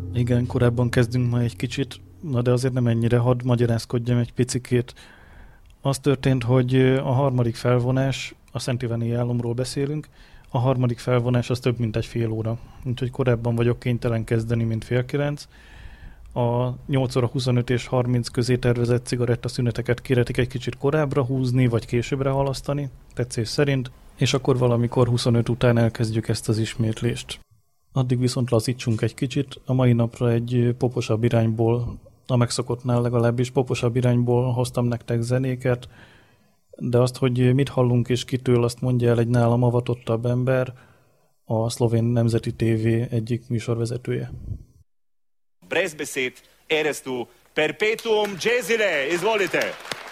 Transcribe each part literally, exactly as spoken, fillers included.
Igen, korábban kezdünk ma egy kicsit, na de azért nem ennyire, hadd magyarázkodjam egy picikét. Az történt, hogy a harmadik felvonás, a Szent Iványi álomról beszélünk, a harmadik felvonás az több mint egy fél óra. Úgyhogy korábban vagyok kénytelen kezdeni, mint fél kilenc. A nyolc óra huszonöt és harminc közé tervezett cigarettaszüneteket kéretik egy kicsit korábbra húzni, vagy későbbre halasztani, tetszés szerint, és akkor valamikor huszonöt után elkezdjük ezt az ismétlést. Addig viszont lazítsunk egy kicsit, a mai napra egy poposabb irányból, a megszokottnál legalábbis poposabb irányból hoztam nektek zenéket, de azt, hogy mit hallunk és kitől, azt mondja el egy nálam avatottabb ember, a Szlovén Nemzeti té vé egyik műsorvezetője. Brez besed, eres tu, perpetuum jazzile, izvolite!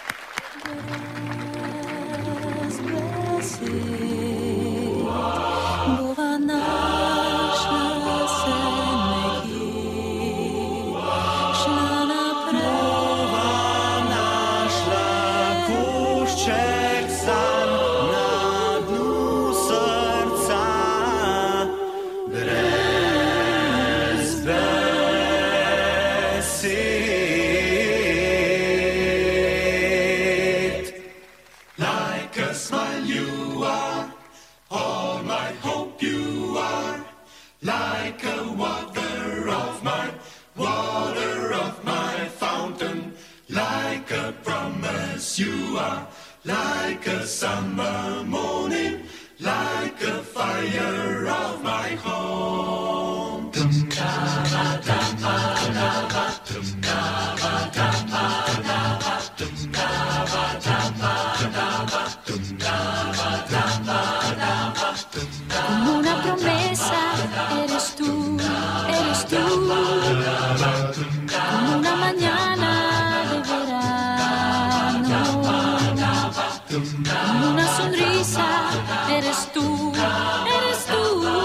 You are like a summer morning, like a fire of my home. Como una promesa, eres tú, eres tú, como una mañana de verano, como una sonrisa, eres tú, eres tú.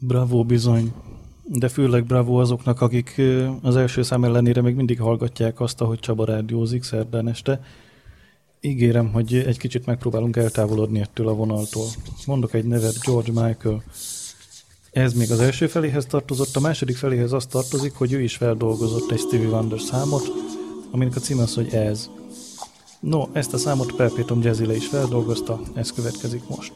Bravo bizony. De főleg bravo azoknak, akik az első szám ellenére még mindig hallgatják azt, ahogy Csaba rádiózik szerdán este. Ígérem, hogy egy kicsit megpróbálunk eltávolodni ettől a vonaltól. Mondok egy nevet, George Michael. Ez még az első feléhez tartozott, a második feléhez az tartozik, hogy ő is feldolgozott egy Stevie Wonder számot, aminek a címe az, hogy ez. No, ezt a számot Perpetuum Jazzile is feldolgozta, ez következik most.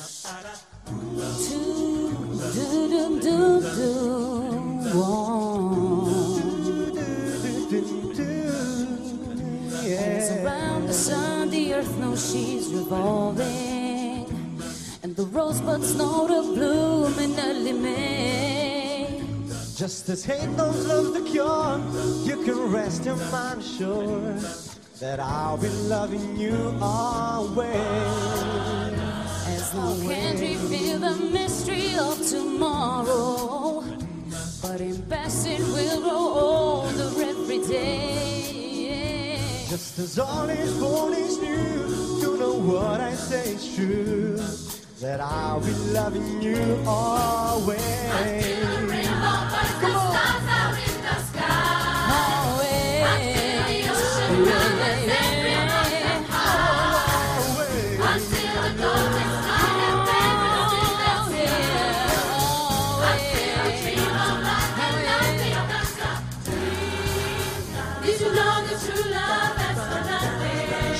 Around the sun, the earth knows she's revolving, and the rosebuds know to bloom in early May. Just as hate knows love's the cure, you can rest your mind sure that I'll be loving you always. As no can reveal the mystery of tomorrow, but in passing we'll grow older every day. Just as all is born is new, you know what I say is true, that I'll be loving you always. Until the rainbow burns the stars out in the sky. Always. Until the ocean covers every mountain high. Always. Until the golden sun and rivers in the sea. Until the dream of life and nothing can stop. Did you know the true love has for nothing?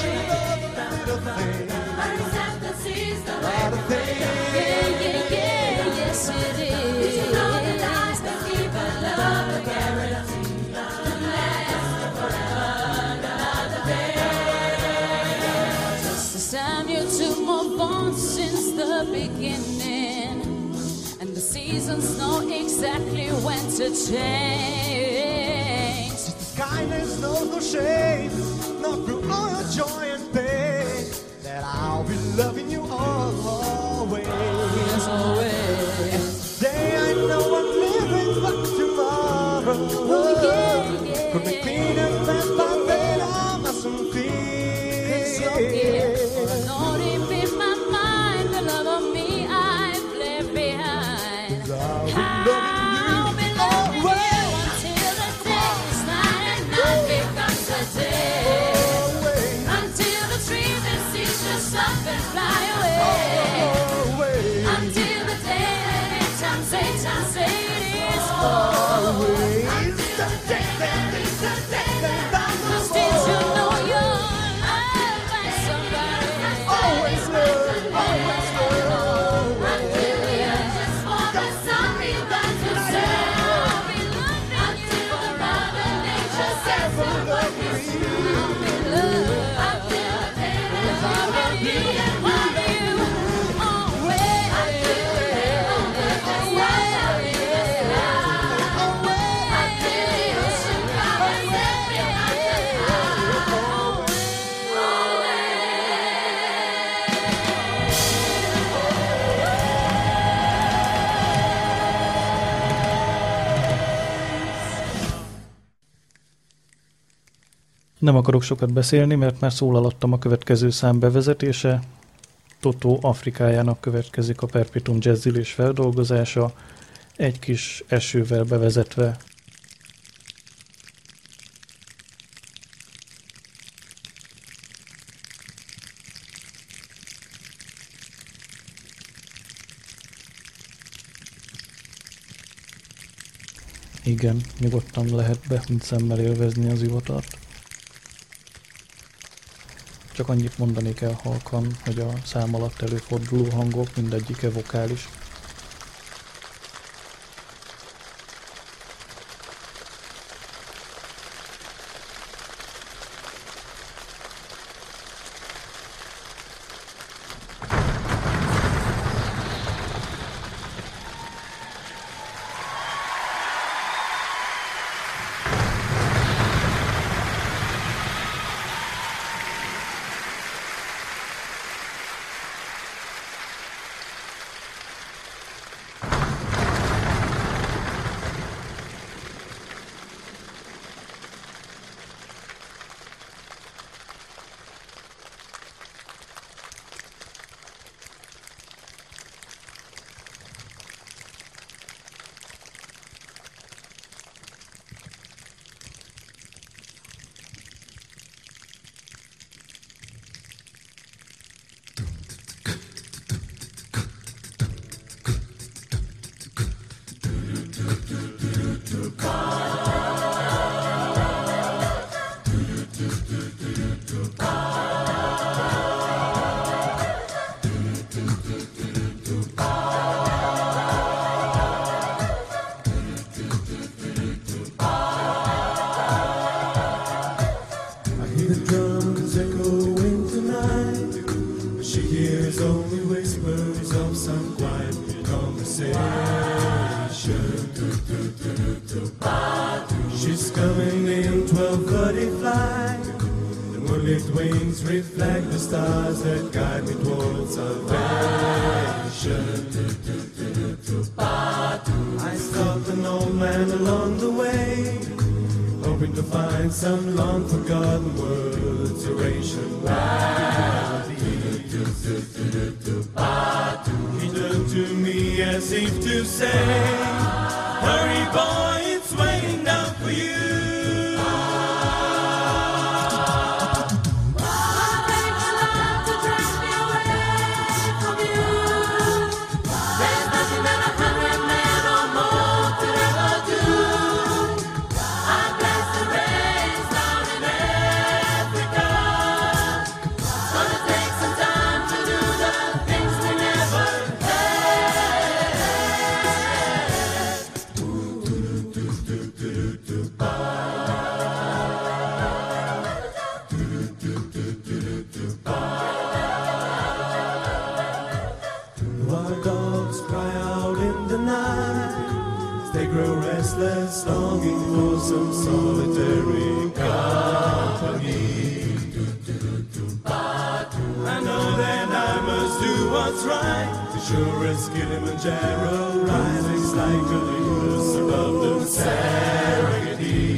But acceptance is the way to be. Yeah, yeah, yeah, yes it is. Did you know that lies that keep a love a guarantee to last forever another day? Just as time you two move on since the beginning, and the seasons know exactly when to change. Kindness knows no shame, not through all your joy and pain, that I'll be loving you always. Yes, always. Today I know I'm living, but tomorrow Oh, yeah, yeah. could be cleaner than my bed. I mustn't Cause you're here, feel. not in my mind, the love of me I've left behind. I'll be I'll be loving loving you you always. until the day is night and night becomes a day. Always, Until the trees and seas just up and fly away. always, Until the day that each time say, time say it is for. always. Until the day that is the day that Cause did you know you're loved by somebody? Always love, always love. Until the earth is for the sun rebounds to say, I'll be loving you forever. Nature says so what you see. I'll be loved until the day that I'm with you and love you always. Until the day on the stars out in the sky. Until the ocean covers every mountain high. Always. Nem akarok sokat beszélni, mert már szólalottam a következő szám bevezetése. Totó Afrikájának következik a Perpetuum Jazzile feldolgozása, egy kis esővel bevezetve. Igen, nyugodtan lehet behunyt szemmel élvezni az ivatart. Csak annyit mondani kell halkan, hogy a szám alatt előforduló hangok mindegyike vokális. the drums echoing tonight. She hears only whispers of some quiet conversation. She's coming in twelve thirty flight. The moonlit wings reflect the stars that guide me towards salvation. I stopped an old man along the way, hoping to find some long-forgotten words, oration melody. He turned to me as if to say, hurry boy, it's waiting down for you. Longing for some solitary company. I know that I must do what's right. As sure as Kilimanjaro rises like Olympus above the Serengeti.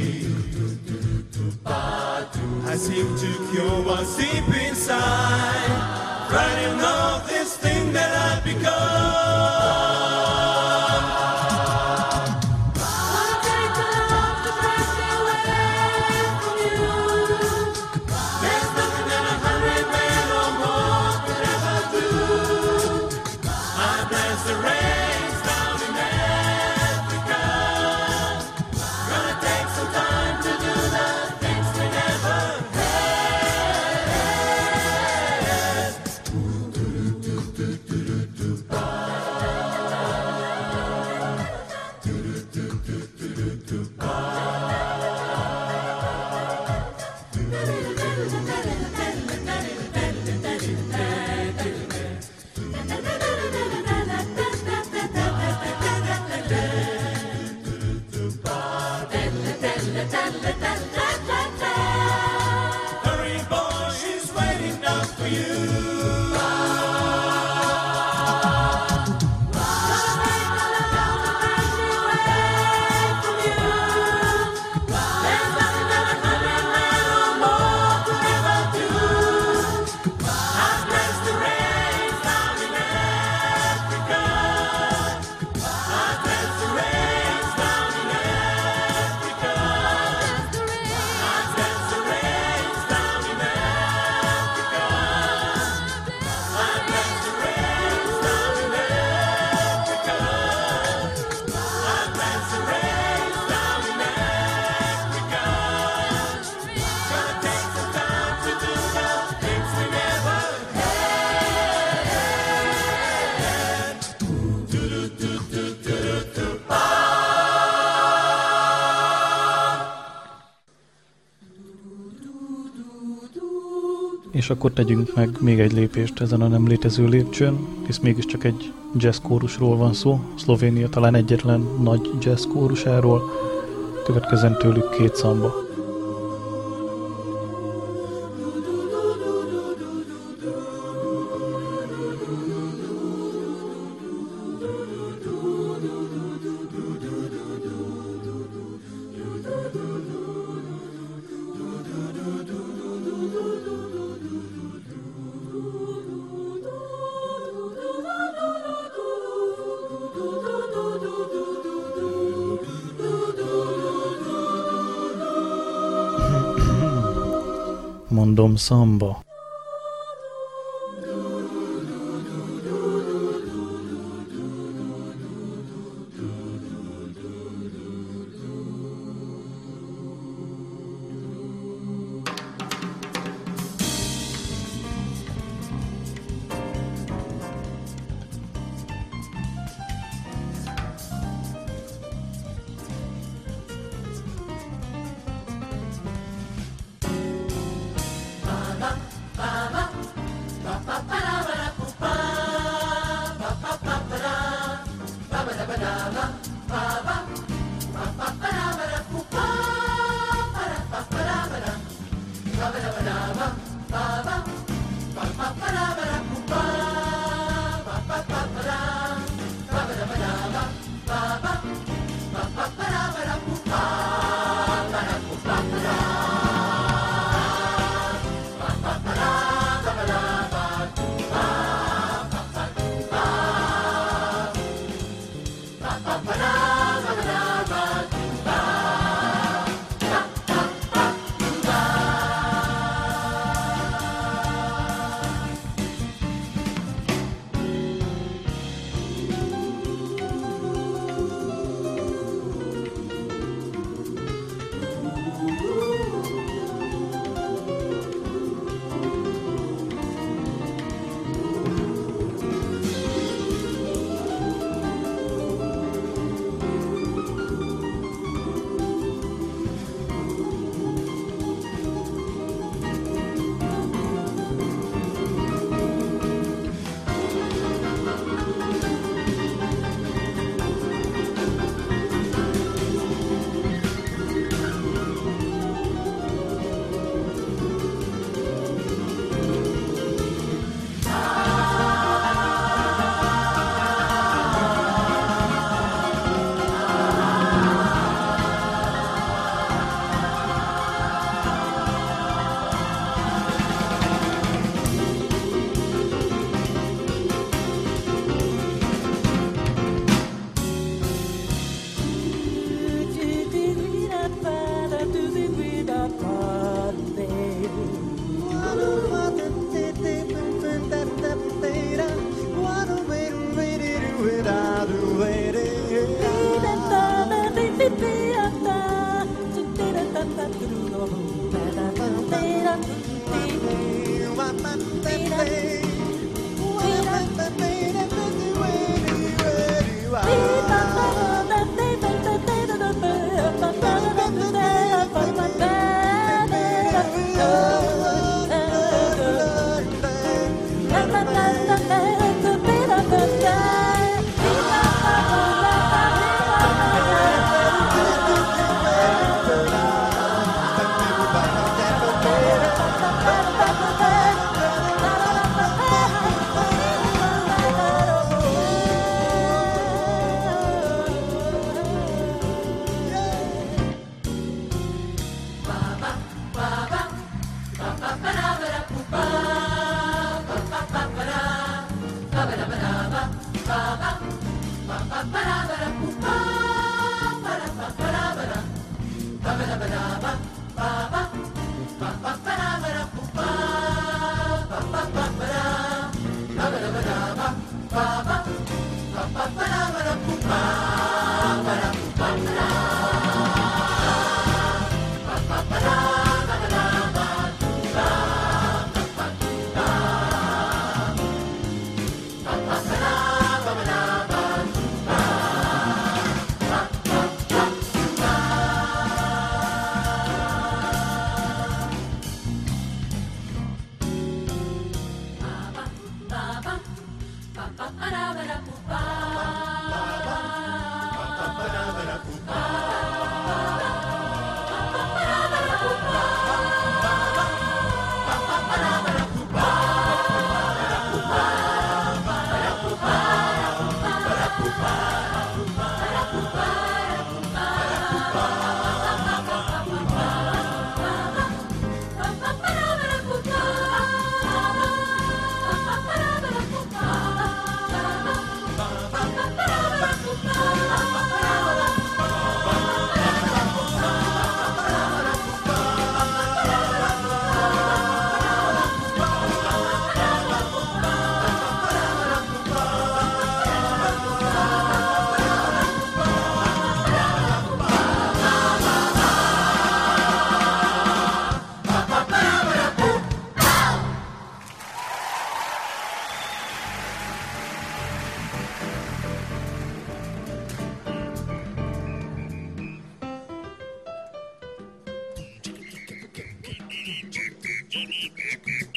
I seek to cure what's deep inside, frightened of this thing that I've become. És akkor tegyünk meg még egy lépést ezen a nem létező lépcsőn, hisz mégiscsak egy jazz kórusról van szó, Szlovénia talán egyetlen nagy jazz kórusáról, következzen tőlük két szamba. Mondom szamba.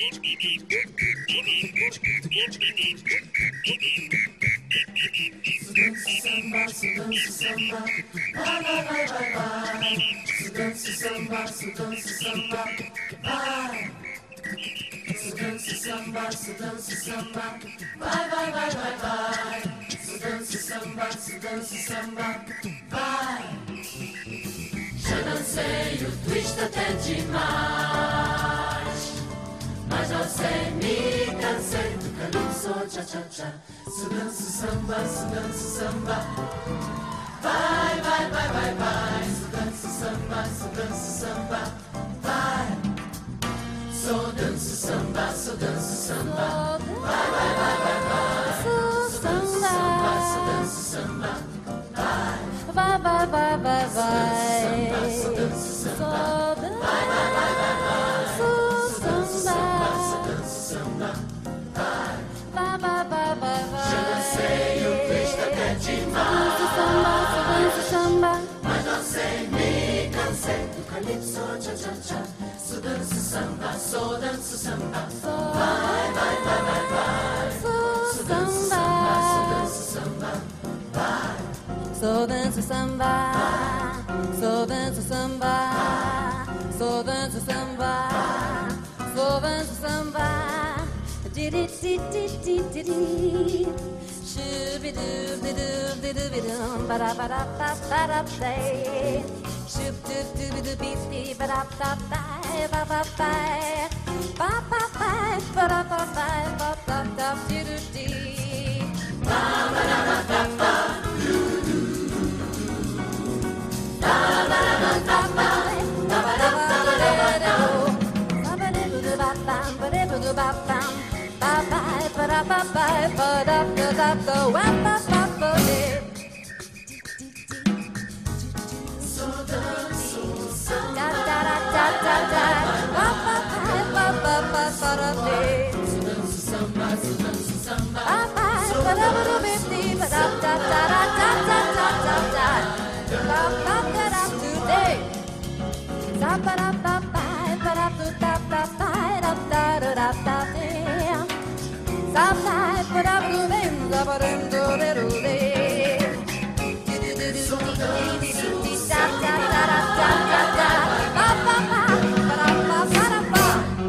Já dancei o twist até demais, mas não sei, me cansei do calypso, tcha tcha tcha. Se dança samba, se dança samba, vai, vai, vai, vai, vai. Se dança samba, se dança samba, vai. Só dança samba, só dança samba, vai, vai, vai, vai, vai. Se dança samba, se dança samba, vai. Vai, vai, vai, vai, vai. Só dança samba, vai, vai, vai, vai, vai. Se dança samba, se dança samba, vai. Vai, vai, vai, vai, vai. Já dancei o twist até demais, Samba, mas não sei, me cansei do calypso, tcha tcha tcha. Só dança samba, só dança samba, vai, vai, vai, vai, vai. Só dança samba, só dança samba, vai. so dance samba, so dance samba, so dance samba, so dance samba. Did it, did it, did it, did. Shooby doo, doo, doo, doo, doo, doo, ba da ba da ba ba da day. Shoop doo doo doo doo beep beep ba da ba ba ba ba ba ba ba ba ba da ba ba ba ba da doo doo dee. Ba ba da ba ba ba doo doo. Ba ba da ba ba ba ba ba da ba ba da do. Ba ba doo doo ba ba ba doo doo ba ba. Ba ba ba da ba ba ba da da da da wa ba ba ba dee. So danço samba, Da da da da da da. Ba ba ba ba ba ba ba da dee. so danço samba, so danço samba, Ba ba ba da ba do beep dee ba da da da da da da da da da. Ba ba da da do dee. Sa ba da ba ba ba da do da da ba da da da da da dee. Sa ba ba da ba do dee da ba do do dee do dee. Do do do do dee dee dee dee da da da da da da da. Ba ba ba ba da ba ba da ba.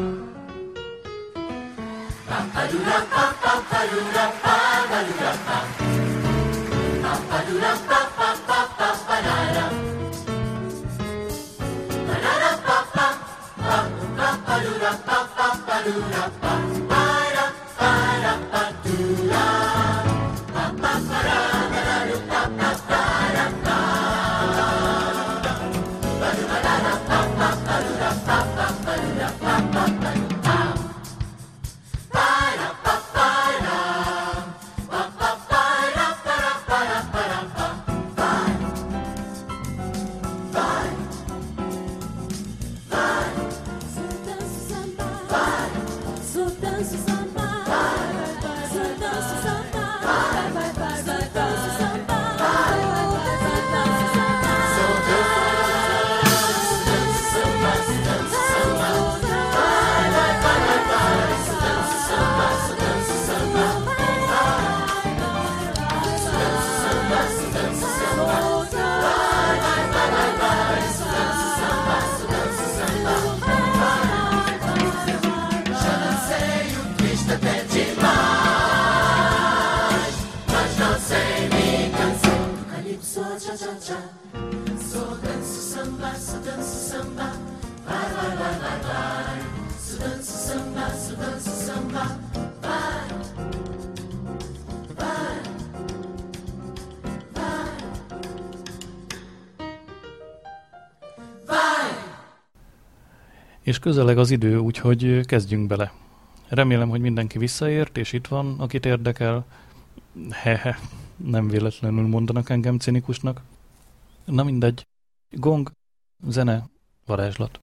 És közeleg az idő, úgyhogy kezdjünk bele. Remélem, hogy mindenki visszaért, és itt van, akit érdekel. Hehe, nem véletlenül mondanak engem cinikusnak. Na mindegy. Gong, zene, varázslat.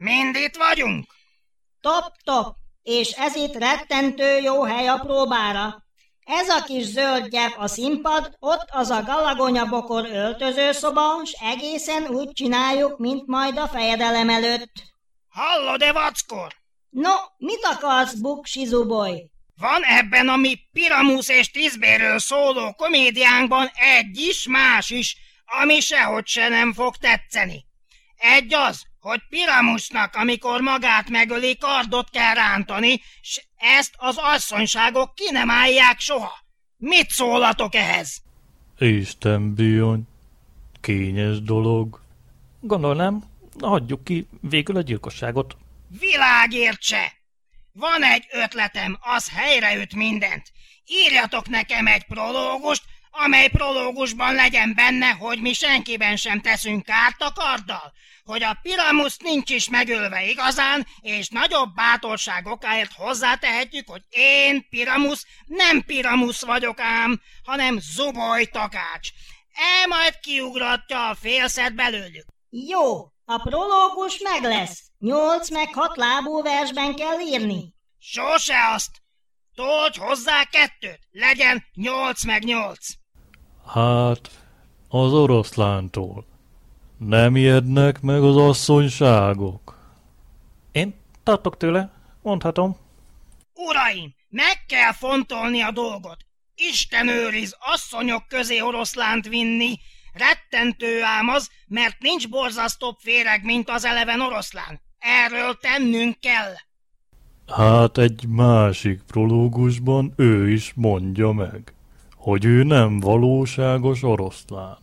Mind itt vagyunk? Top-top, és ez itt rettentő jó hely a próbára. Ez a kis zöld gyep a színpad, ott az a galagonyabokor öltözőszoba, s egészen úgy csináljuk, mint majd a fejedelem előtt. Hallod-e, vackor? No, mit akarsz, Buksi Zuboly? Van ebben a mi Piramusz és Tizbéről szóló komédiánkban egy is, más is, ami sehogy se nem fog tetszeni. Egy az, hogy Piramusznak, amikor magát megöli, kardot kell rántani, s ezt az asszonyságok ki nem állják soha. Mit szólatok ehhez? Isten bíjon, kényes dolog. Gondolnám, hagyjuk ki végül a gyilkosságot. Világért se! Van egy ötletem, az helyreüt mindent. Írjatok nekem egy prológust, amely prológusban legyen benne, hogy mi senkiben sem teszünk kárt a karddal, hogy a Piramusz nincs is megölve igazán, és nagyobb bátorság okáért hozzátehetjük, hogy én, Piramusz, nem Piramusz vagyok ám, hanem Zuboly takács. E majd kiugratja a félszet belőlük. Jó, a prológus meg lesz. Nyolc meg hat lábú versben kell írni. Sose azt! Tolj hozzá kettőt, legyen nyolc meg nyolc. Hát, az oroszlántól. Nem ijednek meg az asszonyságok. Én tartok tőle, mondhatom. Uraim, meg kell fontolni a dolgot. Isten őriz, asszonyok közé oroszlánt vinni. Rettentő ám az, mert nincs borzasztóbb féreg, mint az eleven oroszlán. Erről tennünk kell. Hát egy másik prológusban ő is mondja meg, hogy ő nem valóságos oroszlán.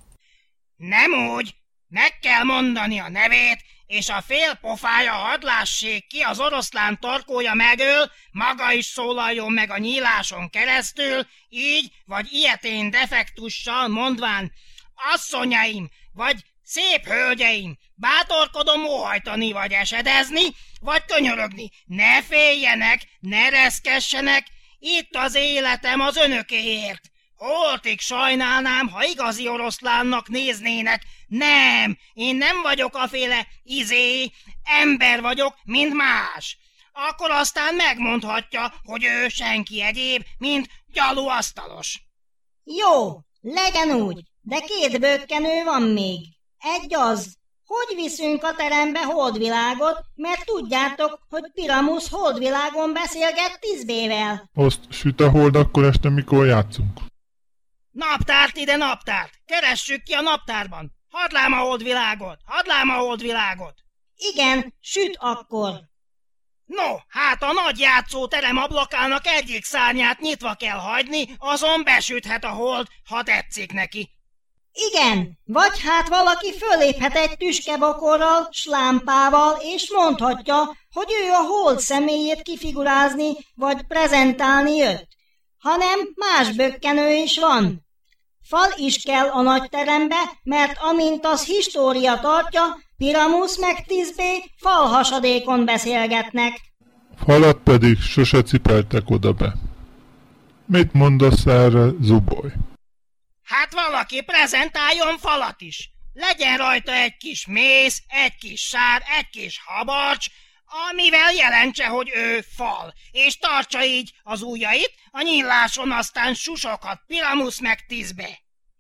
Nem úgy, meg kell mondani a nevét, és a fél pofája hadd lássék ki, az oroszlán tarkója megöl, maga is szólaljon meg a nyíláson keresztül, így vagy ilyetén defektussal mondván: asszonyaim, vagy szép hölgyeim, bátorkodom óhajtani vagy esedezni, vagy könyörögni. Ne féljenek, ne reszkessenek, itt az életem az önökéért. Holtig sajnálnám, ha igazi oroszlánnak néznének. Nem, én nem vagyok aféle izé, ember vagyok, mint más. Akkor aztán megmondhatja, hogy ő senki egyéb, mint gyalúasztalos. Jó, legyen úgy, de két bökkenő van még. Egy az, hogy viszünk a terembe holdvilágot, mert tudjátok, hogy Piramusz holdvilágon beszélget Tizbével. Azt süt a hold akkor este, mikor játszunk. Naptárt ide, naptárt! Keressük ki a naptárban! Hadd lám a holdvilágot! Hadd lám a holdvilágot! Igen, süt akkor. No, hát a nagy játszóterem ablakának egyik szárnyát nyitva kell hagyni, azon besüthet a hold, ha tetszik neki. Igen, vagy hát valaki föléphet egy tüskebokorral, s lámpával, és mondhatja, hogy ő a hold személyét kifigurázni, vagy prezentálni jött. Hanem más bökkenő is van. Fal is kell a nagy terembe, mert amint az história tartja, Piramusz meg Tizbé falhasadékon beszélgetnek. Falat pedig sose cipeltek oda be. Mit mondasz erre, Zuboly? Hát valaki prezentáljon falat is. Legyen rajta egy kis mész, egy kis sár, egy kis habarcs, amivel jelentse, hogy ő fal, és tartsa így az ujjait, a nyíláson aztán susoghat Piramusz meg Tizbe.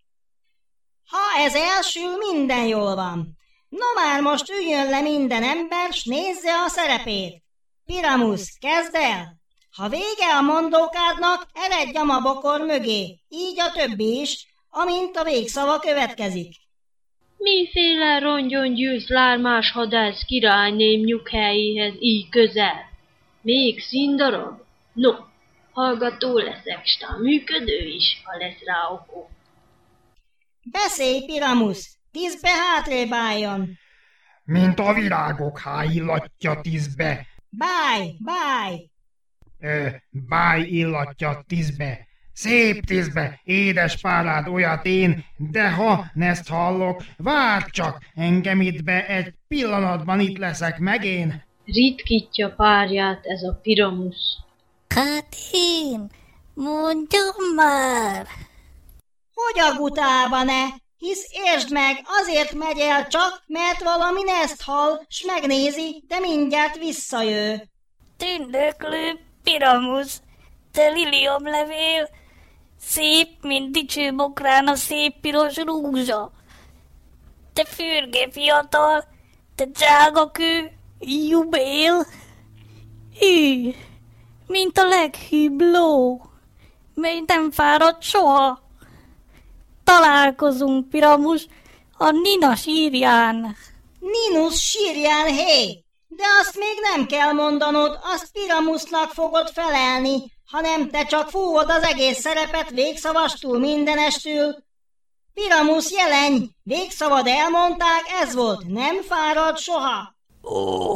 Ha ez elsül, minden jól van. No már most üljön le minden ember, s nézze a szerepét. Piramusz, kezd el! Ha vége a mondókádnak, eredj a bokor mögé, így a többi is, amint a végszava következik. Miféle rongyon győz lármás hadász királyném nyughelyéhez így közel? Még színdarab? No, hallgató leszek, s a működő is, ha lesz rá okó. Beszélj, Piramusz, Tizbe hátrébb álljon. Mint a virágok háillatja Tizbe. Báj, báj. Ö, báj illatja Tizbe. Szép Tizbe, édes párád olyat én, de ha nezt hallok, várj csak, engem itt be egy pillanatban itt leszek meg én. Ritkítja párját ez a Piramusz. Hát én, mondjam már. Hogy a gutába ne? hisz értsd meg, azért megy el csak, mert valamin ezt hall, s megnézi, de mindjárt visszajő. Tündöklő piramusz, te liliomlevél, szép, mint dicső bokrán a szép piros rúzsa. Te fürge fiatal, te cságakő, jubél, hű, mint a leghűbb ló, mely nem fárad soha. Találkozunk, piramus, a Nina sírján. Ninus sírján, hé! De azt még nem kell mondanod, azt Piramusnak fogod felelni, hanem te csak fúvod az egész szerepet végszavastul mindenestül. Piramus, jelenj! Végszavad elmondták, ez volt, nem fárad soha. Ó,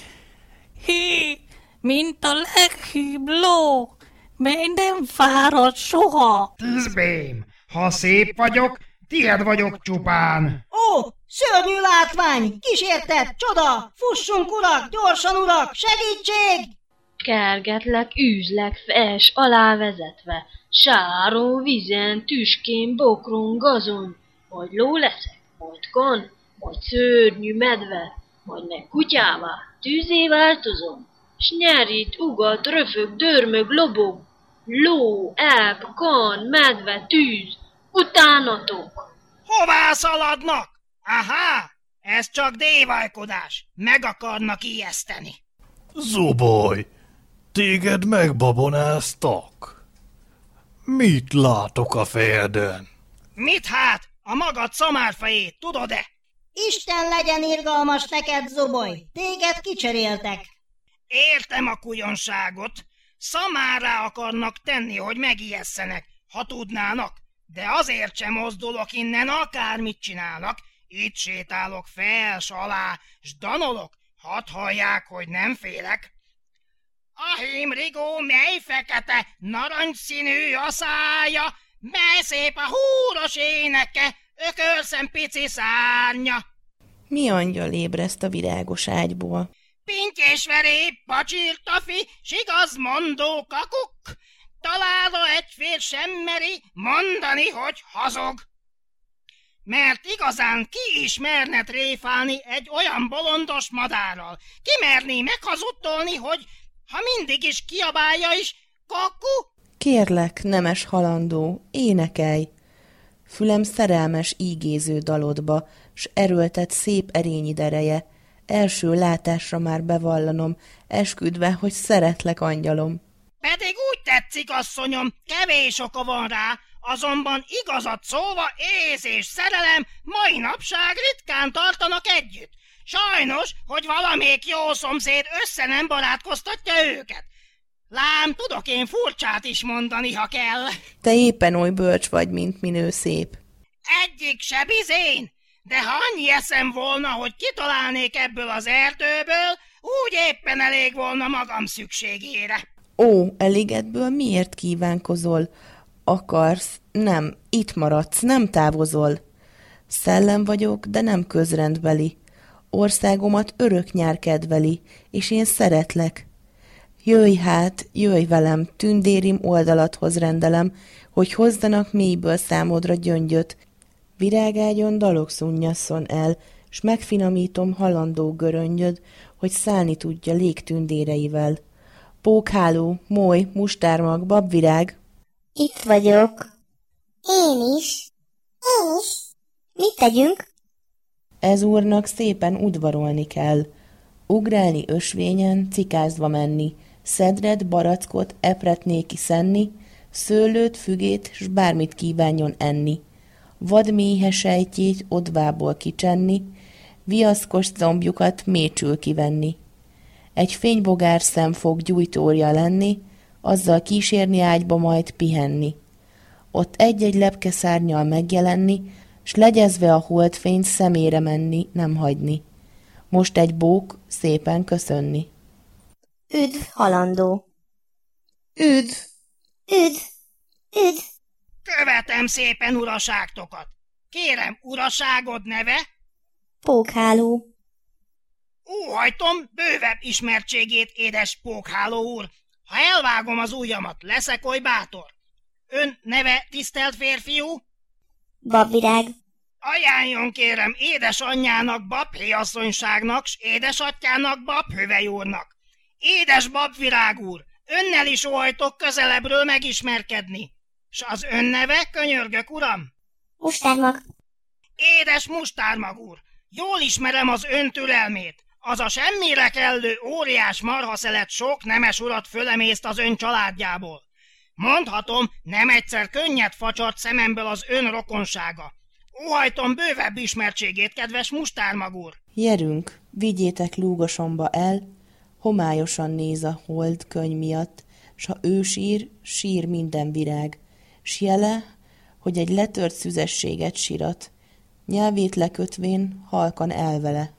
hé, mint a leghűbb ló, mely nem fárad soha. Tűzbém, ha szép vagyok, tied vagyok csupán. Ó, szörnyű látvány, kísértet, csoda, fussunk urak, gyorsan urak, segítség! Kergetlek, űzlek, fels alá vezetve, sáron, vizen, tüskén, bokron, gazon, majd ló leszek, majd kan, majd szörnyű medve, majd meg kutyává, tűzé változom, s nyerít, ugat, röfög, dörmög, lobog, ló, ebb, kan, medve, tűz, utánatok! Hová szaladnak? Aha, ez csak dévajkodás, meg akarnak ijeszteni. Zuboj, téged megbabonáztak? Mit látok a fejeden? Mit hát? A magad szamárfejét, tudod-e? Isten legyen irgalmas neked, Zuboly, téged kicseréltek. Értem a kujonságot, szamárrá akarnak tenni, hogy megijesszenek, ha tudnának, de azért sem mozdulok innen, akármit csinálnak, itt sétálok fels alá, s danolok, hadd hallják, hogy nem félek. A hímrigó mely fekete, narancsszínű a szája, mely szép a húros éneke, ökölszem pici szárnya. Mi angyal ébreszt a virágos ágyból? Pintyésveré, pacsirtafi, s igazmondó kakuk, találva egy fér sem meri mondani, hogy hazog. Mert igazán ki is merne tréfálni egy olyan bolondos madárral? Ki merné meghazudtolni, hogy ha mindig is kiabálja is, kaku? Kérlek, nemes halandó, énekelj! Fülem szerelmes ígéző dalodba, s erőltet szép erényi dereje, első látásra már bevallanom, esküdve, hogy szeretlek, angyalom. Pedig úgy tetszik, asszonyom, kevés oka van rá, azonban igazat szólva ész és szerelem mai napság ritkán tartanak együtt. Sajnos, hogy valamelyik jó szomszéd össze nem barátkoztatja őket. Lám, tudok én furcsát is mondani, ha kell. Te éppen oly bölcs vagy, mint minő szép. Egyik se bizén, de ha annyi eszem volna, hogy kitalálnék ebből az erdőből, úgy éppen elég volna magam szükségére. Ó, elégedből miért kívánkozol? Akarsz? Nem, itt maradsz, nem távozol. Szellem vagyok, de nem közrendbeli. Országomat örök nyár kedveli, és én szeretlek. Jöjj hát, jöjj velem, tündérim oldalathoz rendelem, hogy hozzanak mélyből számodra gyöngyöt. Virágágyon dalok szunyasszon el, s megfinomítom halandó göröngyöd, hogy szállni tudja légtündéreivel. Pókháló, moly, mustármag, babvirág. Itt vagyok. Én is. Én is. Mit tegyünk? Ez úrnak szépen udvarolni kell. Ugrálni ösvényen, cikázva menni, szedret, barackot, epret néki szenni, szőlőt, fügét, s bármit kívánjon enni. Vadméhe sejtjét odvából kicsenni, viaszkos combjukat mécsül kivenni. Egy fénybogár szem fog gyújtója lenni, azzal kísérni ágyba majd pihenni. Ott egy-egy lepke szárnyal megjelenni, s legyezve a holdfényt szemére menni, nem hagyni. Most egy bók szépen köszönni. Üdv, halandó! Üdv! Üdv! Üdv! Követem szépen uraságtokat. Kérem, uraságod neve? Pókháló. Óhajtom bővebb ismertségét, édes Pókháló úr. Ha elvágom az ujjamat, leszek oly bátor. Ön neve, tisztelt férfiú? Babvirág. Ajánljon kérem édesanyjának babhéjasszonyságnak, s édesatyjának babhövely úrnak. Édes babvirág úr, önnel is óhajtok közelebbről megismerkedni. S az ön neve, könyörgök, uram? Mustármag. Édes mustármag úr, jól ismerem az ön türelmét. Az a semmire kellő óriás marhaszelet sok nemes urat fölemészt az ön családjából. Mondhatom, nem egyszer könnyed facsart szememből az ön rokonsága. Óhajtom bővebb ismertségét, kedves mustármag úr. Gyerünk, vigyétek lúgosomba el, homályosan néz a hold könyv miatt, s ha ő sír, sír minden virág, s jele, hogy egy letört szüzességet sirat, nyelvét lekötvén halkan elvele.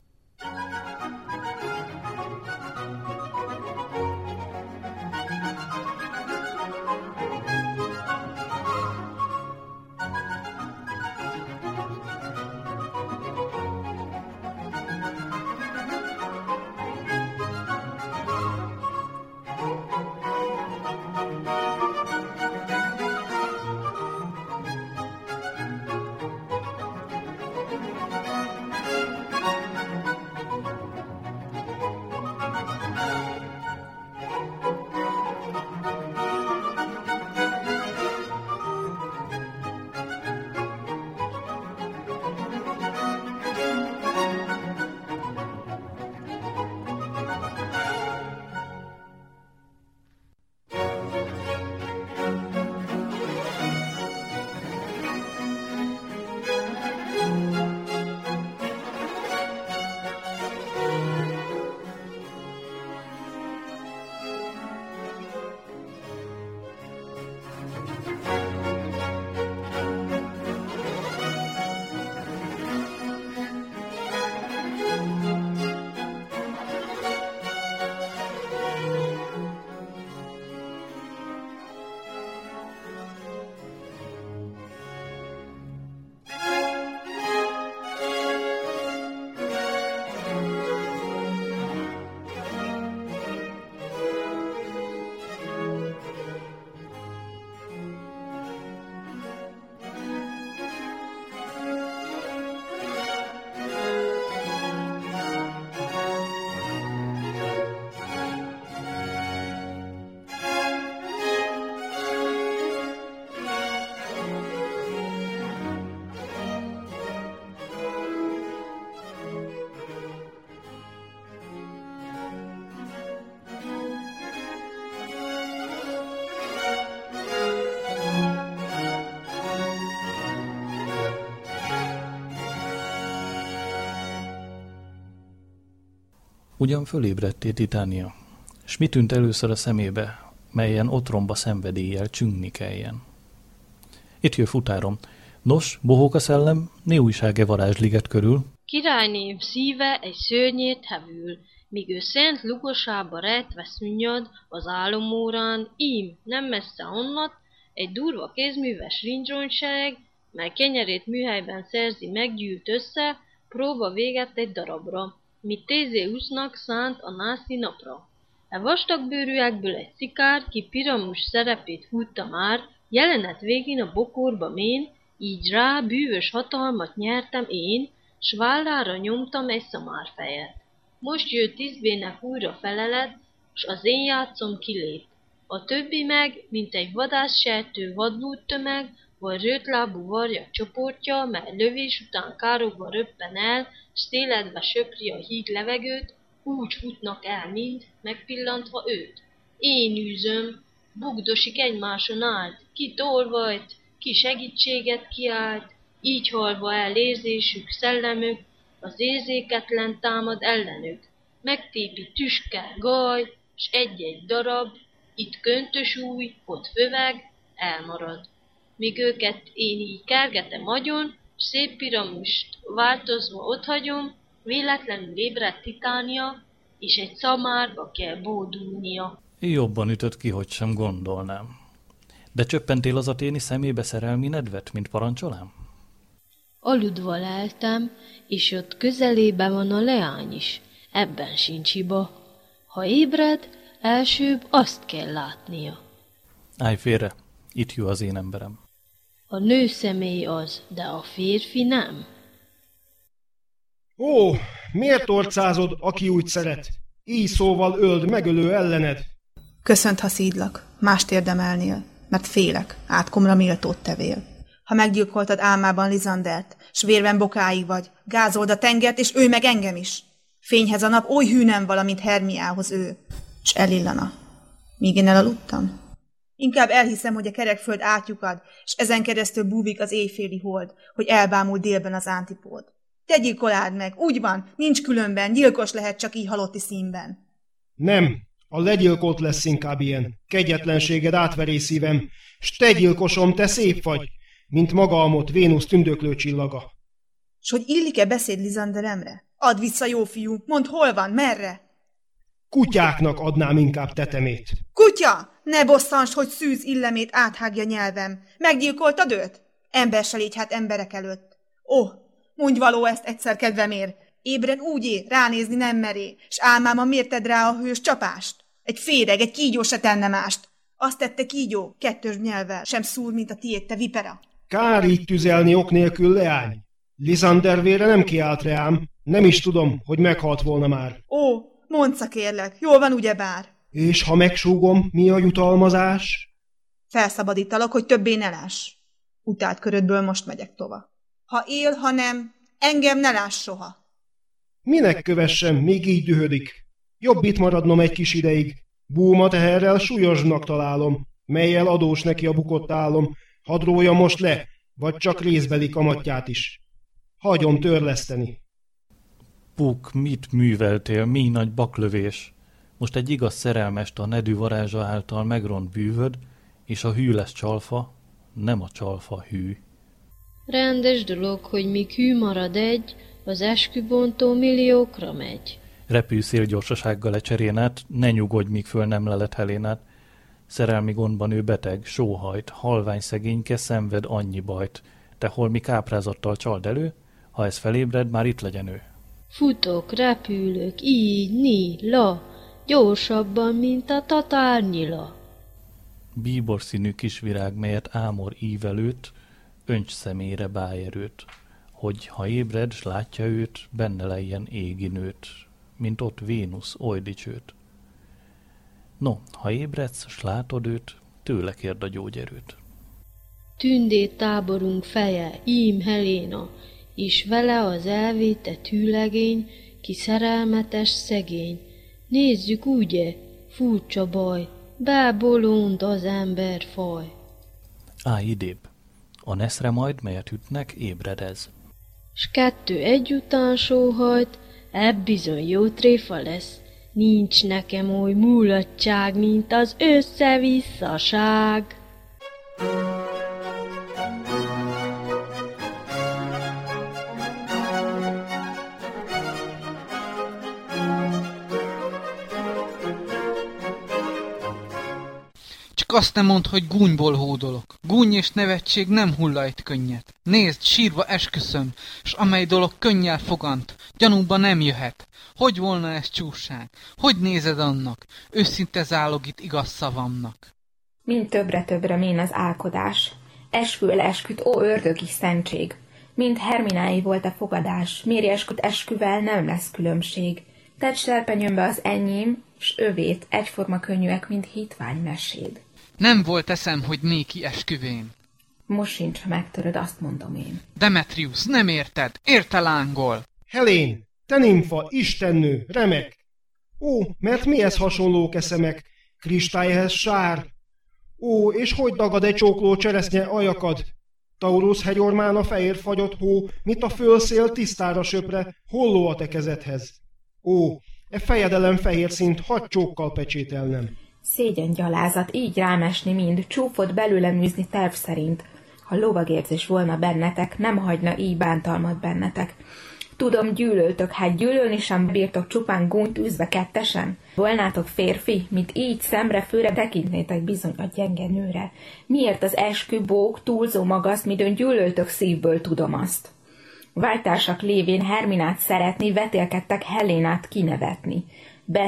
Ugyan fölébredté Titánia, s mi tűnt először a szemébe, melyen otromba szenvedéllyel csüngni kelljen. Itt jön futárom. Nos, bohók a szellem, né újság-e varázsliget körül? Királyném szíve egy szörnyét hevül, míg ő szent lugosába rejtve szunnyad az álomórán, ím, nem messze onnat, egy durva kézműves rincsonysereg, mely kenyerét műhelyben szerzi meggyűlt össze, próba véget egy darabra, mit Tézeusznak szánt a nászi napra. E vastagbőrűekből egy szikár, ki Piramus szerepét húzta már, jelenet végén a bokorba mén, így rá bűvös hatalmat nyertem én, s vállára nyomtam egy szamárfejet. Most jött izbének újra felelet, s az én játszom kilép. A többi meg, mint egy vadászsejtő vadlúd tömeg, vagy rötlábú varjak csoportja, mely lövés után károgva röppen el, s széledve söpri a híg levegőt, úgy futnak el mind, megpillantva őt. Én űzöm, bugdosik egymáson állt, ki tolvajt, ki segítséget kiált, így halva el érzésük, szellemük, az érzéketlen támad ellenük. Megtépi tüske, gaj, s egy-egy darab, itt köntös új, ott föveg, elmarad. Míg őket én így kergetem agyon, s szép Piramust változva otthagyom, véletlenül ébredt Titánia, és egy szamárba kell bódulnia. Jobban ütött ki, hogy sem gondolnám. De csöppentél az aténi szemébe szerelmi nedvet, mint parancsolám? Aludva leltem, és ott közelébe van a leány is, ebben sincs hiba. Ha ébred, elsőbb azt kell látnia. Állj félre, itt jó az én emberem. A nő személy az, de a férfi nem. Ó, miért orcázod, aki úgy szeret? Így szóval öld megölő ellened. Köszönt, ha szídlak, mást érdemelnél, mert félek, átkomra méltót tevél. Ha meggyilkoltad álmában Lizandert, s vérben bokáig vagy, gázold a tengert, és ő meg engem is. Fényhez a nap oly hűnem valamint Hermiához ő, s elillana. Míg én elaludtam? Inkább elhiszem, hogy a kerekföld átlyukad, s ezen keresztül búvik az éjféli hold, hogy elbámul délben az antipód. Te gyilkoláld meg, úgy van, nincs különben, gyilkos lehet csak így halotti színben. Nem, a legyilkolt lesz inkább ilyen. Kegyetlenséged átveri szívem, s te gyilkosom, te szép vagy, mint magalmot Vénusz tündöklő csillaga. S hogy illik-e beszéd Lizanderemre? Add vissza, jó fiú, mondd, hol van, merre? Kutyáknak adnám inkább tetemét. Kutya! Ne bosszants, hogy szűz illemét áthágja nyelvem. Meggyilkoltad őt? Ember se légy hát emberek előtt. Ó, mondj való ezt egyszer kedvemért. Ébren úgy ér, ránézni nem meré, s álmáma miért tedd rá a hős csapást? Egy féreg, egy kígyó se tenne mást. Azt tette kígyó, kettős nyelvvel, sem szúr, mint a tiéd, te vipera. Kár így tüzelni ok nélkül, leány. Lizander vére nem kiállt reám, nem is tudom, hogy meghalt volna már. Ó, mondd kérlek, jól van ugyebár. És ha megsúgom, mi a jutalmazás? Felszabadítalak, hogy többé ne láss. Utált körödből most megyek tova. Ha él, ha nem, engem ne láss soha. Minek kövessem, még így dühödik. Jobb itt maradnom egy kis ideig. Búma teherrel súlyosnak találom, mellyel adós neki a bukott álom. Hadd rója most le, vagy csak részbeli kamatját is. Hagyom törleszteni. Puk, mit műveltél, mi nagy baklövés? Most egy igaz szerelmest a nedű varázsa által megront bűvöd, és a hű lesz csalfa, nem a csalfa hű. Rendes dolog, hogy míg hű marad egy, az eskübontó milliókra megy. Repülj szélgyorsasággal e cserén át, ne nyugodj, míg föl nem lelet Helénát. Szerelmi gondban ő beteg, sóhajt, halvány szegényke, szenved annyi bajt. Te holmi káprázattal csald elő, ha ez felébred, már itt legyen ő. Futok, repülök, így, ní, la, gyorsabban, mint a tatárnyila. Bíbor színű kisvirág, melyet ámor ívelőt, önts szemére bájerőt, hogy ha ébred, s látja őt, benne lejjen égi nőt, mint ott Vénusz oly dicsőt. No, ha ébredsz, s látod őt, tőle kérd a gyógyerőt. Tündét táborunk feje, ím Heléna, és vele az elvétett hűlegény, ki szerelmetes szegény. Nézzük ugye, furcsa baj, bebolond az emberfaj. Á, idébb, a neszre majd, melyet ütnek, ébredez. S kettő egyután sóhajt, ebb bizony jó tréfa lesz. Nincs nekem oly mulatság, mint az összevisszaság. Csak azt nem mondd, hogy gúnyból hódolok. Gúny és nevetség nem hullajt könnyet. Nézd, sírva esküszöm, s amely dolog könnyel fogant, gyanúba nem jöhet. Hogy volna ez csúság? Hogy nézed annak? Őszinte zálog itt igaz szavamnak. Mind többre-többre mén az álkodás. Eskü el esküt, ó ördögi szentség. Mind Herminái volt a fogadás. Mérj esküt esküvel, nem lesz különbség. Tedd serpenyőmbe az enyém, s övét, egyforma könnyűek, mint hitvány meséd. Nem volt eszem, hogy néki esküvén. Most sincs, ha megtöröd, azt mondom én. Demetrius, nem érted, érte lángol. Helén, te nimfa, istennő, remek. Ó, mert mihez hasonlók eszemek? Kristályhez sár. Ó, és hogy dagad egy csókló cseresznye ajakad? Taurus hegyormán a fehér fagyott hó, mint a fölszél tisztára söpre, holló a te kezedhez. Ó, e fejedelem fehér szint hadd csókkal pecsételnem. Szégyen gyalázat, így rámesni mind, csúfot belőlem űzni terv szerint. Ha lovagérzés volna bennetek, nem hagyna így bántalmat bennetek. Tudom, gyűlöltök, hát gyűlölni sem bírtok csupán gúnyt űzve kettesen? Volnátok férfi, mint így szemre főre tekintnétek bizony a gyenge nőre. Miért az eskü bók túlzó magaszt, midőn gyűlöltök szívből tudom azt? Váltársak lévén Herminát szeretni, vetélkedtek Helénát kinevetni.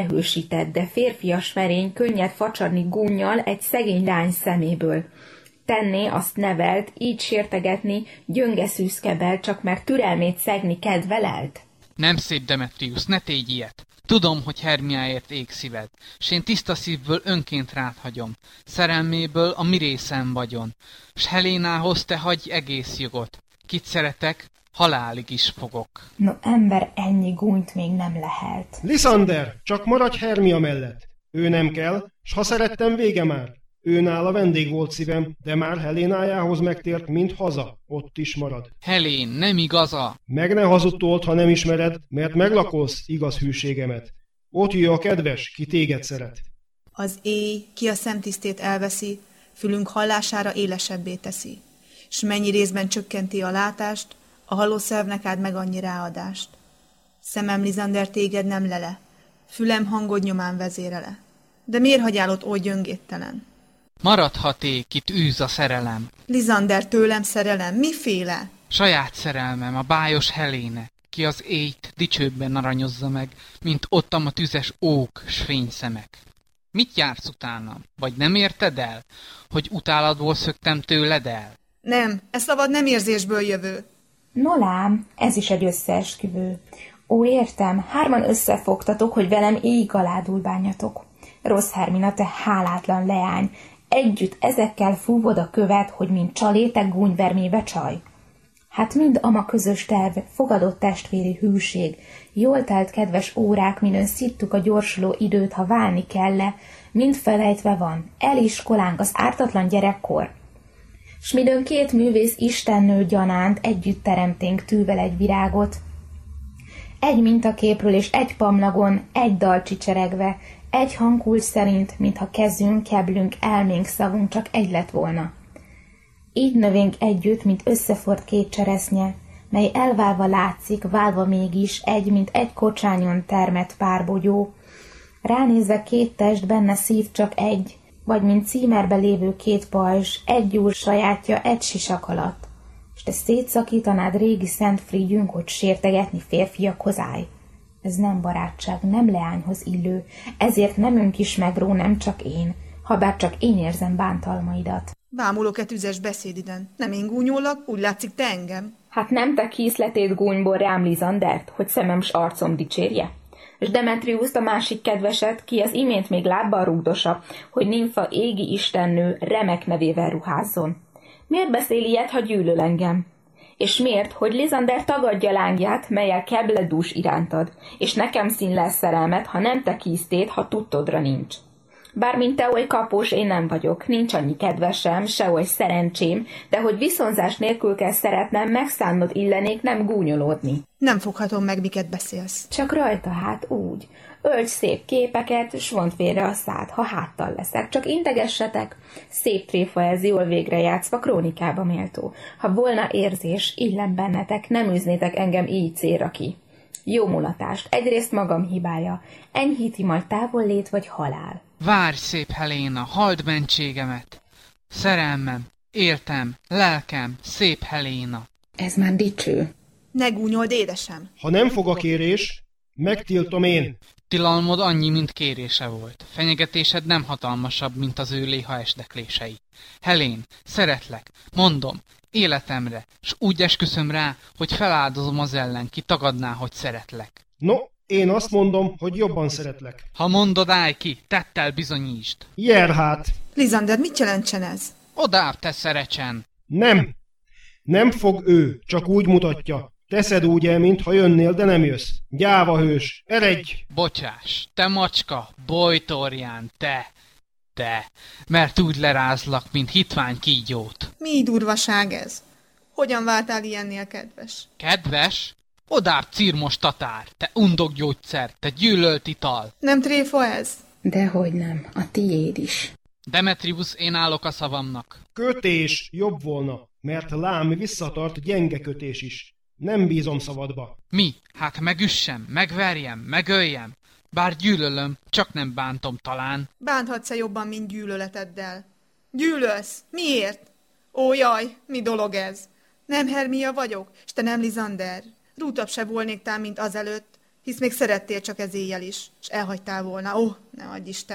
Behősített, de férfias verény könnyed facsarni gúnnyal egy szegény lány szeméből. tenné, azt nevelt, így sértegetni, gyönge szűzkebel, csak mert türelmét szegni kedvelelt? Nem szép, Demetrius, ne tégy ilyet. Tudom, hogy Hermiáért ég szíved, s én tiszta szívből önként rád hagyom. Szerelméből a mi részem vagyon, s Helénához te hagyj egész jogot. Kit szeretek, halálig is fogok. No, ember, ennyi gúnyt még nem lehelt. Lysander, csak maradj Hermia mellett. Ő nem kell, s ha szerettem, vége már. Ő nála vendég volt szívem, de már Helénájához megtért, mint haza. Ott is marad. Helén, nem igaza. Meg ne hazutold, ha nem ismered, mert meglakolsz igaz hűségemet. Ott jöjj a kedves, ki téged szeret. Az éj, ki a szemtisztét elveszi, fülünk hallására élesebbé teszi, s mennyi részben csökkenti a látást, a halószervnek ad meg annyi ráadást. Szemem, Lysander, téged nem lele, fülem hangod nyomán vezérele. De miért hagyál ott oly gyöngéttelen? Maradhaték, itt űz a szerelem. Lysander, tőlem szerelem, miféle? Saját szerelmem, a bájos Heléne, ki az éjt dicsőbben aranyozza meg, mint ottam a tüzes ók s fényszemek. Mit jársz utánam? Vagy nem érted el, hogy utálatból szöktem tőled el? Nem, ez szavad nem érzésből jövő. No lám, ez is egy összeesküvő. Ó, értem, hárman összefogtatok, hogy velem éjig aládul bánjatok. Rossz Hermina, te hálátlan leány, együtt ezekkel fúvod a követ, hogy mint csalétek gúnyvermébe csaj. Hát mind ama közös terv, fogadott testvéri hűség, jól telt kedves órák, minön szittuk a gyorsuló időt, ha válni kell-e, mind felejtve van, eliskolánk az ártatlan gyerekkor. S midőn két művész istennő gyanánt együtt teremténk tűvel egy virágot, egy mintaképről és egy pamlagon, egy dal csicseregve, egy hangkulcs szerint, mintha kezünk, keblünk, elménk, szavunk csak egy lett volna. Így növénk együtt, mint összefort két cseresznye, mely elválva látszik, válva mégis egy, mint egy kocsányon termett párbogyó. Ránézve két test, benne szív csak egy, vagy mint címerbe lévő két pajzs, egy úr sajátja egy sisak alatt. S te szétszakítanád régi szent frigyünk, hogy sértegetni férfiakhoz állj. Ez nem barátság, nem leányhoz illő, ezért nemünk is megró, nem csak én, habár csak én érzem bántalmaidat. Bámulok-e tüzes beszédiden? Nem én gúnyolak, úgy látszik te engem. Hát nem te kízletét gúnyból rám, Lysandert, hogy szemem s arcom dicsérje? És Demetriuszt, a másik kedveset, ki az imént még lábbal rúgdosa, hogy nimfa égi istennő remek nevével ruházzon. Miért beszél ilyet, ha gyűlöl engem? És miért, hogy Lysander tagadja lángját, melyel kebled dús irántad, és nekem színlel szerelmet, ha nem te kíztét, ha tudtodra nincs. Bármint te oly kapós, én nem vagyok, nincs annyi kedvesem, se oly szerencsém, de hogy viszonzás nélkül kell szeretnem, megszánnod illenék, nem gúnyolódni. Nem foghatom meg, miket beszélsz. Csak rajta hát úgy. Ölts szép képeket, s vond félre a szád, ha háttal leszek. Csak integessetek, szép tréfa ez, jól végre játszva, krónikába méltó. Ha volna érzés, illem bennetek, nem űznétek engem így célra ki. Jó mulatást, egyrészt magam hibája, enyhíti majd távollét vagy halál. Várj, szép Heléna, halld mentségemet! Szerelmem, értem, lelkem, szép Heléna! Ez már dicső. Ne gúnyold, édesem! Ha nem fog a kérés, megtiltom én. Tilalmod annyi, mint kérése volt. Fenyegetésed nem hatalmasabb, mint az ő léha esdeklései. Helén, szeretlek, mondom, életemre, s úgy esküszöm rá, hogy feláldozom az ellen, ki tagadná, hogy szeretlek. No, én azt mondom, hogy jobban szeretlek. Ha mondod, állj ki, tettel bizonyítsd. Jer hát! Lysander, mit jelentsen ez? Odább, te szerecsen! Nem! Nem fog ő, csak úgy mutatja. Teszed úgy el, mintha jönnél, de nem jössz. Gyáva hős, eredj! Bocsás, te macska, bojtorján, te, te, mert úgy lerázlak, mint hitvány kígyót. Mi durvaság ez? Hogyan váltál ilyennél kedves? Kedves? Odább, cirmos tatár, te undok gyógyszer, te gyűlölt ital. Nem tréfa ez? Dehogy nem, a tiéd is. Demetrius, én állok a szavamnak. Kötés jobb volna, mert lám visszatart gyenge kötés is. Nem bízom szavadba. Mi? Hát megüssem, megverjem, megöljem. Bár gyűlölöm, csak nem bántom talán. Bánthatsz-e jobban, mint gyűlöleteddel? Gyűlölsz? Miért? Ó, jaj, mi dolog ez? Nem Hermia vagyok, s te nem Lysander. Rútabb se volnék mint azelőtt, hisz még szerettél csak ez éjjel is, s elhagytál volna. Ó, ne adj Isten!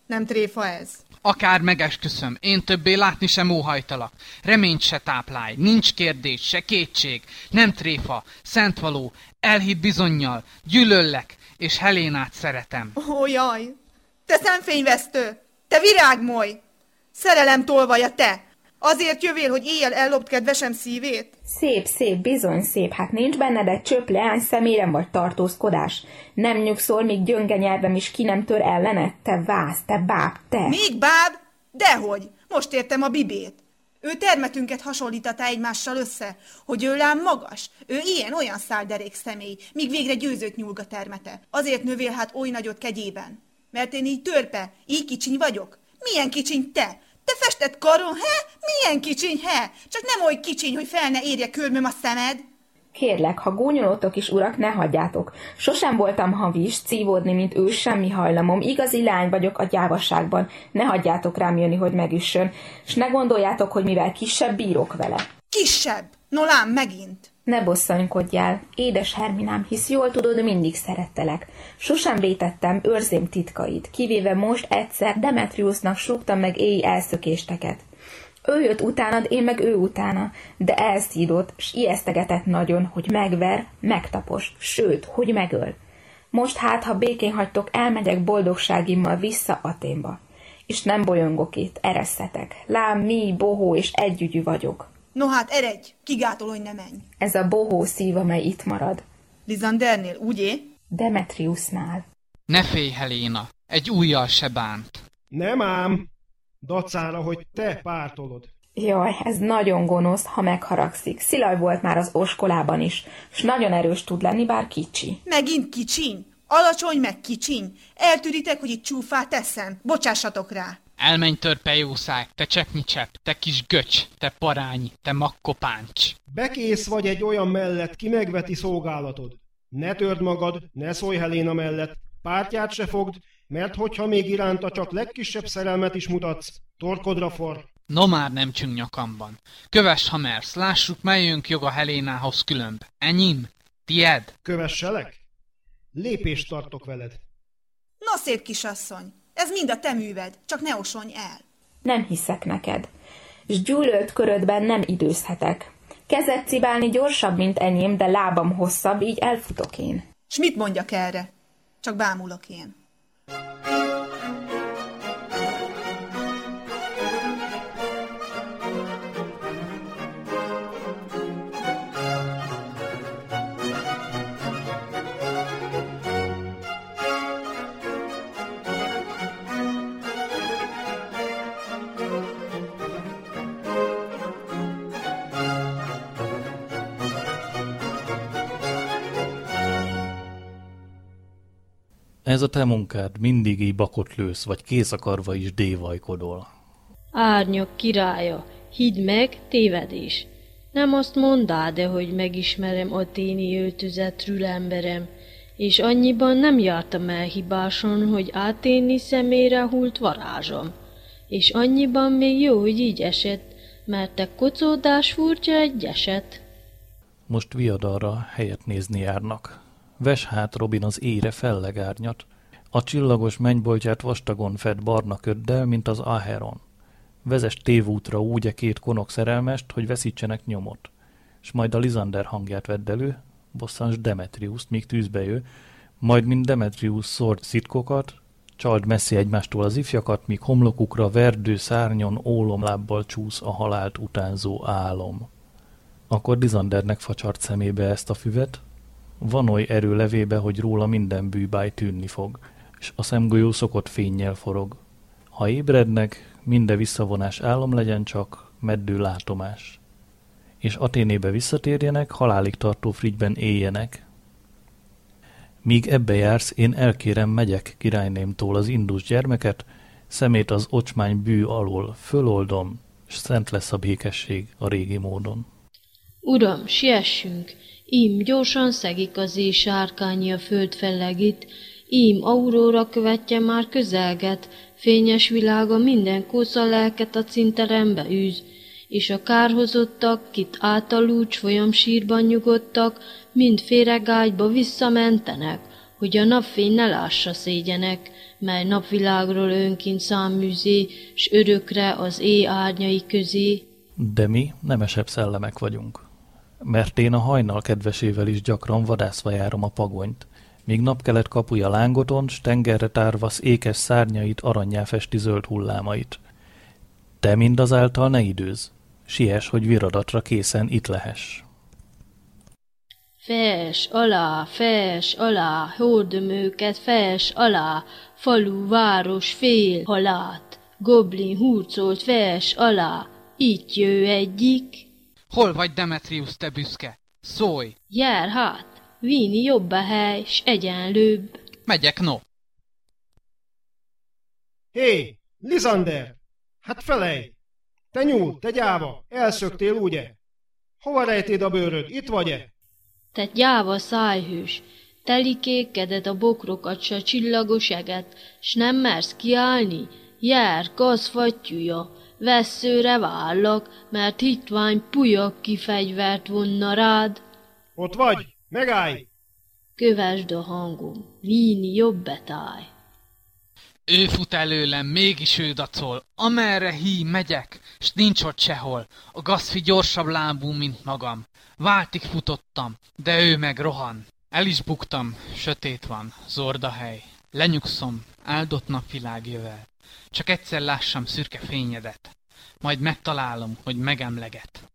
Nem tréfa ez. Akár megesküszöm, én többé látni sem óhajtalak. Reményt se táplálj, nincs kérdés, se kétség. Nem tréfa, szentvaló, elhitt bizonnyal, gyűlöllek, és Helénát szeretem. Ó, jaj! Te szemfényvesztő! Te virágmoly! Szerelem tolvaja te! Azért jövél, hogy éjjel ellopt kedvesem szívét? Szép, szép, bizony szép, hát nincs benned egy csöpp leány szemérem vagy tartózkodás. Nem nyugszol, míg gyönge nyelvem is ki nem tör ellened, te vász, te báb, te. Még báb? Dehogy! Most értem a bibét. Ő termetünket hasonlítatá egymással össze, hogy ő lám magas, ő ilyen-olyan szálderék személy, míg végre győzőt nyúlg a termete. Azért növél hát oly nagyot kegyében. Mert én így törpe, így kicsiny vagyok. Milyen kicsiny te? Te festett karon, he? Milyen kicsiny, he? Csak nem oly kicsiny, hogy fel ne érje körmöm a szemed. Kérlek, ha gúnyolótok is, urak, ne hagyjátok. Sosem voltam havis, cívódni, mint ő, semmi hajlamom. Igazi lány vagyok a gyávasságban. Ne hagyjátok rám jönni, hogy megüssön. S ne gondoljátok, hogy mivel kisebb, bírok vele. Kisebb? No lám, megint. Ne bosszonykodjál, édes Herminám, hisz jól tudod, mindig szerettelek. Sosem vétettem, őrzém titkait, kivéve most egyszer Demetriusnak súgtam meg éj elszökésteket. Ő jött utánad, én meg ő utána, de elszídott, s ijesztegetett nagyon, hogy megver, megtapos, sőt, hogy megöl. Most hát, ha békén hagytok, elmegyek boldogságimmal vissza Athénba. És nem bolyongok itt, eresszetek. Lám, mi, bohó és együgyű vagyok. No hát, eredj, kigátol, hogy ne menj. Ez a bohó szív, amely itt marad. Lizandernél, ugye? Demetriusnál. Ne félj, Heléna, egy ujjal se bánt. Nem ám, dacára, hogy te pártolod. Jaj, ez nagyon gonosz, ha megharagszik. Szilaj volt már az oskolában is, s nagyon erős tud lenni, bár kicsi. Megint kicsiny? Alacsony meg kicsiny? Eltűritek, hogy itt csúfát teszem. Bocsássatok rá. Elmenj, törpe jószág, te cseppnyi csepp, te kis göcs, te parány, te makkopáncs. Bekész vagy egy olyan mellett, ki megveti szolgálatod. Ne törd magad, ne szólj Heléna mellett, pártját se fogd, mert hogyha még iránta csak legkisebb szerelmet is mutatsz, torkodra for. No már nem csüng nyakamban. Kövess, ha mersz, lássuk, melyünk jog a Helénához különb. Enyém? Tied? Kövesselek? Lépést tartok veled. Na szép kisasszony, ez mind a te műved, csak ne osonj el. Nem hiszek neked, s gyűlölt körödben nem időzhetek. Kezed cibálni gyorsabb, mint enyém, de lábam hosszabb, így elfutok én. S mit mondjak erre? Csak bámulok én. Ez a te munkád, mindig így bakot lősz, vagy készakarva is dévajkodol. Árnyak királya, hidd meg, tévedés. Nem azt mondd, de hogy megismerem athéni öltözetről emberem, és annyiban nem jártam el hibáson, hogy athéni szemére hult varázsom. És annyiban még jó, hogy így esett, mert te kocódás furcsa egy eset. Most viadalra helyet nézni járnak. Ves hát, Robin, az éjre fellegárnyat. A csillagos mennyboltját vastagon fed barna köddel, mint az Acheron. Vezess tévútra úgy e két konok szerelmest, hogy veszítsenek nyomot. S majd a Lizander hangját vedd elő, bosszans Demetriust, míg tűzbe jő, majd mint Demetrius szórd szitkokat, csald messzi egymástól az ifjakat, míg homlokukra verdő szárnyon ólomlábbal csúsz a halált utánzó álom. Akkor Lizandernek facsart szemébe ezt a füvet, van oly erő levébe, hogy róla minden bűbáj tűnni fog, és a szemgolyó szokott fénnyel forog. Ha ébrednek, minde visszavonás álom legyen csak, meddő látomás. És Athénébe visszatérjenek, halálig tartó frigyben éljenek. Míg ebbe jársz, én elkérem, megyek királynémtól az indus gyermeket, szemét az ocsmány bű alól föloldom, s szent lesz a békesség a régi módon. Uram, siessünk! Ím gyorsan szegik az éj sárkányi a föld fellegit, ím aurora követje már közelget, fényes világa minden kósza lelket a cinterembe űz, és a kárhozottak, kit általúcs folyam sírban nyugodtak, mind féregágyba visszamentenek, hogy a napfény ne lássa szégyenek, mely napvilágról önként száműzé, s örökre az éj árnyai közé. De mi nemesebb szellemek vagyunk, mert én a hajnal kedvesével is gyakran vadászva járom a pagonyt, míg napkelet kapuja lángoton, s tengerre tárvasz ékes szárnyait, aranyjá festi zöld hullámait. Te mindazáltal ne időz, siess, hogy viradatra készen itt lehess. Fels alá, fels alá, hordom őket fels alá, falu, város, fél halát, goblin hurcolt fels alá, itt jő egyik. Hol vagy, Demetrius, te büszke? Szólj! Jár hát, víni jobb a hely, s egyenlőbb. Megyek, no! Hé, Lizander! Hát felej! Te nyúl, te gyáva, elszöktél, ugye? Hova rejtéd a bőröd, itt vagy-e? Te gyáva szájhős, telikékedet a bokrokat s a csillagos eget, s nem mersz kiállni? Jár, gazfattyúja, vesszőre vállak, mert hitvány pujak kifegyvert vonna rád. Ott vagy, megállj! Kövesd a hangom, víni jobb betáj. Ő fut előlem, mégis ő dacol, amerre hí megyek, s nincs ott sehol, a gazfi gyorsabb lábú, mint magam. Váltig futottam, de ő meg rohan. El is buktam, sötét van, zord a hely. Lenyugszom, áldott napvilág jövel. Csak egyszer lássam szürke fényedet, majd megtalálom, hogy megemleget.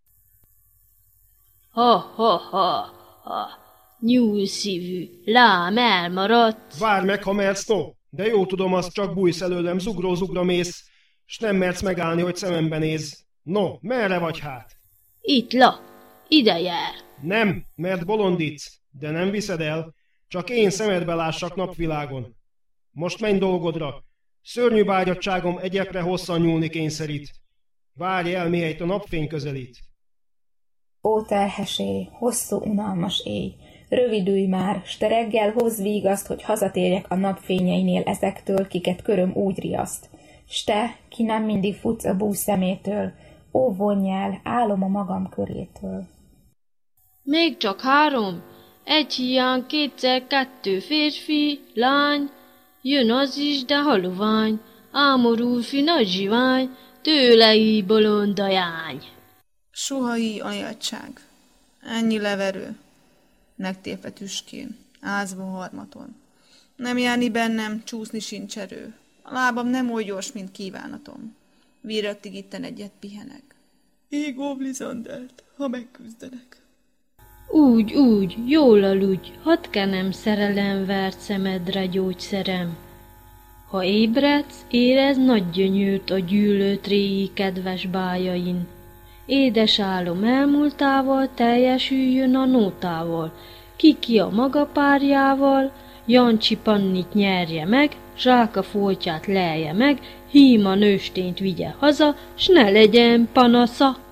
Ha, ha, ha, ha, nyúlszívű, lám elmaradt. Várj meg, ha mersz, no! De jó tudom, azt csak bújsz előlem, zugró-zugra mész, s nem mersz megállni, hogy szemembe néz. No, merre vagy hát? Itt la, ide jár. Nem, mert bolondítsz, de nem viszed el, csak én szemedbe lássak napvilágon. Most menj dolgodra, szörnyű vágyadtságom egyekre hosszan nyúlni kényszerít. Várj el, mihelyt a napfény közelít. Ó terhes éj, hosszú unalmas éj, rövidülj már, s te reggel hozz vígaszt, hogy hazatérjek a napfényeinél ezektől, kiket köröm úgy riaszt. S te, ki nem mindig futsz a bú szemétől, ó vonj el, álom a magam körétől. Még csak három, egy hiány, kétszer kettő férfi, lány, jön az is, de halovány, ámorúfi nagy zsivány, tőle így bolond a jány. Soha így anyadság, ennyi leverő, megtépve tüskén, ázva harmaton. Nem járni bennem, csúszni sincs erő, a lábam nem oly gyors, mint kívánatom. Vírattig itten egyet pihenek. Égóv Lizandert, ha megküzdenek. Úgy, úgy, jól aludj, hadd kenem szerelemvert szemedre gyógyszerem. Ha ébredsz, érez nagy gyönyört a gyűlölt régi kedves bájain. Édes álom elmúltával teljesüljön a nótával, Kiki a maga párjával, Jancsi Pannit nyerje meg, Zsáka foltját lelje meg, Híma nőstényt vigye haza, s ne legyen panasza.